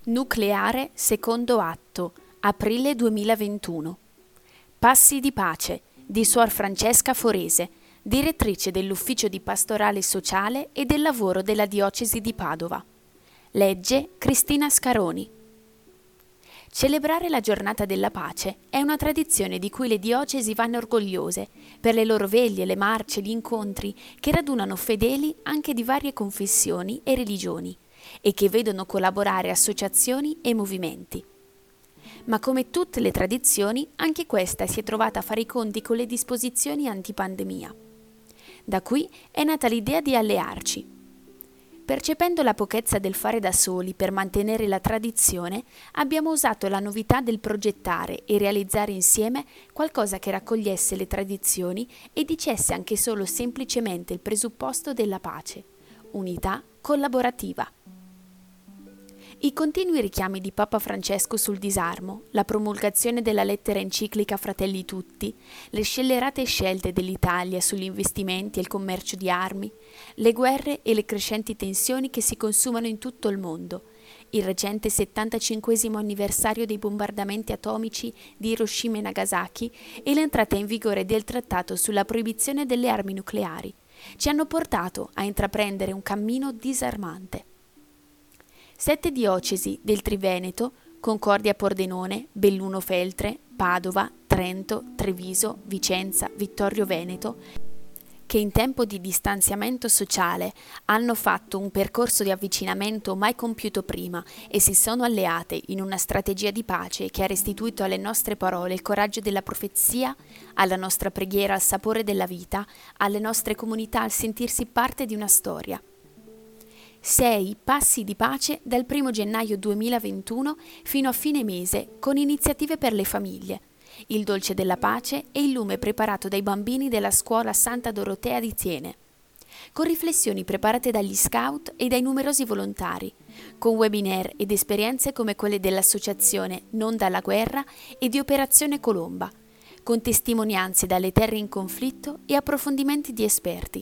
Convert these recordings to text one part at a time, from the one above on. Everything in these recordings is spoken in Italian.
Nucleare, secondo atto, aprile 2021. Passi di pace di Suor Francesca Forese, direttrice dell'Ufficio di Pastorale Sociale e del Lavoro della Diocesi di Padova. Legge Cristina Scaroni. Celebrare la giornata della pace è una tradizione di cui le diocesi vanno orgogliose per le loro veglie, le marce, gli incontri che radunano fedeli anche di varie confessioni e religioni e che vedono collaborare associazioni e movimenti. Ma come tutte le tradizioni, anche questa si è trovata a fare i conti con le disposizioni antipandemia. Da qui è nata l'idea di allearci. Percependo la pochezza del fare da soli per mantenere la tradizione, abbiamo usato la novità del progettare e realizzare insieme qualcosa che raccogliesse le tradizioni e dicesse anche solo semplicemente il presupposto della pace, unità collaborativa. I continui richiami di Papa Francesco sul disarmo, la promulgazione della lettera enciclica Fratelli Tutti, le scellerate scelte dell'Italia sugli investimenti e il commercio di armi, le guerre e le crescenti tensioni che si consumano in tutto il mondo, il recente 75° anniversario dei bombardamenti atomici di Hiroshima e Nagasaki e l'entrata in vigore del trattato sulla proibizione delle armi nucleari, ci hanno portato a intraprendere un cammino disarmante. 7 diocesi del Triveneto, Concordia Pordenone, Belluno Feltre, Padova, Trento, Treviso, Vicenza, Vittorio Veneto, che in tempo di distanziamento sociale hanno fatto un percorso di avvicinamento mai compiuto prima e si sono alleate in una strategia di pace che ha restituito alle nostre parole il coraggio della profezia, alla nostra preghiera il sapore della vita, alle nostre comunità il sentirsi parte di una storia. 6 passi di pace dal 1 gennaio 2021 fino a fine mese con iniziative per le famiglie, il dolce della pace e il lume preparato dai bambini della scuola Santa Dorotea di Thiene, con riflessioni preparate dagli scout e dai numerosi volontari, con webinar ed esperienze come quelle dell'associazione Non dalla guerra e di Operazione Colomba, con testimonianze dalle terre in conflitto e approfondimenti di esperti.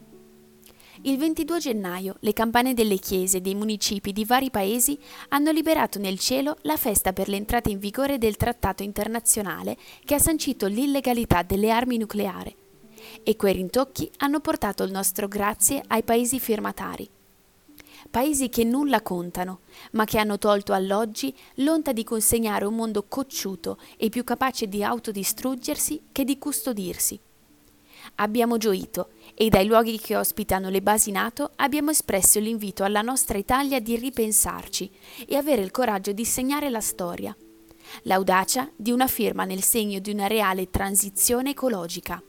Il 22 gennaio le campane delle chiese dei municipi di vari paesi hanno liberato nel cielo la festa per l'entrata in vigore del trattato internazionale che ha sancito l'illegalità delle armi nucleari. E quei rintocchi hanno portato il nostro grazie ai paesi firmatari. Paesi che nulla contano, ma che hanno tolto all'oggi l'onta di consegnare un mondo cocciuto e più capace di autodistruggersi che di custodirsi. Abbiamo gioito e dai luoghi che ospitano le basi NATO abbiamo espresso l'invito alla nostra Italia di ripensarci e avere il coraggio di segnare la storia. L'audacia di una firma nel segno di una reale transizione ecologica.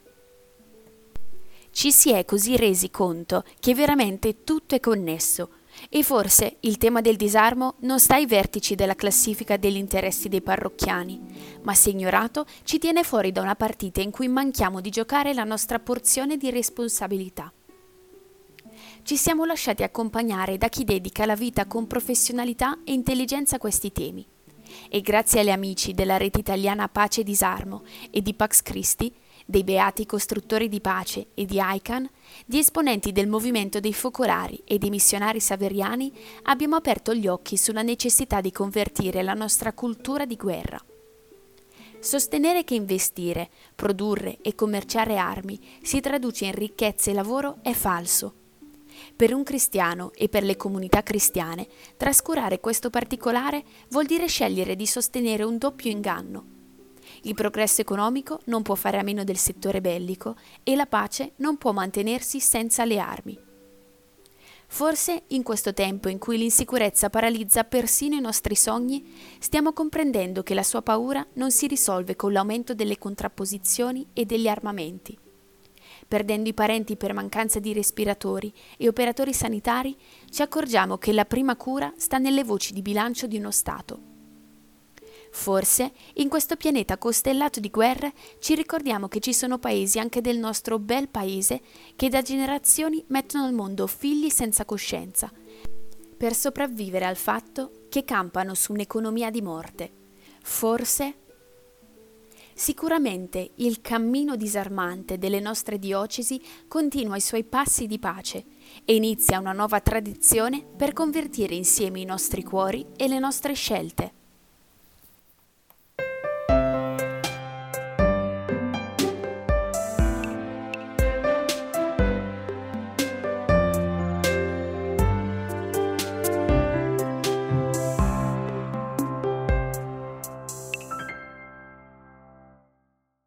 Ci si è così resi conto che veramente tutto è connesso e forse il tema del disarmo non sta ai vertici della classifica degli interessi dei parrocchiani, ma se ignorato ci tiene fuori da una partita in cui manchiamo di giocare la nostra porzione di responsabilità. Ci siamo lasciati accompagnare da chi dedica la vita con professionalità e intelligenza a questi temi. E grazie agli amici della rete italiana Pace e Disarmo e di Pax Christi, dei Beati Costruttori di Pace e di ICAN, di esponenti del movimento dei focolari e dei missionari saveriani, abbiamo aperto gli occhi sulla necessità di convertire la nostra cultura di guerra. Sostenere che investire, produrre e commerciare armi si traduce in ricchezza e lavoro è falso. Per un cristiano e per le comunità cristiane, trascurare questo particolare vuol dire scegliere di sostenere un doppio inganno. Il progresso economico non può fare a meno del settore bellico e la pace non può mantenersi senza le armi. Forse, in questo tempo in cui l'insicurezza paralizza persino i nostri sogni, stiamo comprendendo che la sua paura non si risolve con l'aumento delle contrapposizioni e degli armamenti. Perdendo i parenti per mancanza di respiratori e operatori sanitari, ci accorgiamo che la prima cura sta nelle voci di bilancio di uno Stato. Forse, in questo pianeta costellato di guerre, ci ricordiamo che ci sono paesi anche del nostro bel paese che da generazioni mettono al mondo figli senza coscienza, per sopravvivere al fatto che campano su un'economia di morte. Forse Sicuramente il cammino disarmante delle nostre diocesi continua i suoi passi di pace e inizia una nuova tradizione per convertire insieme i nostri cuori e le nostre scelte.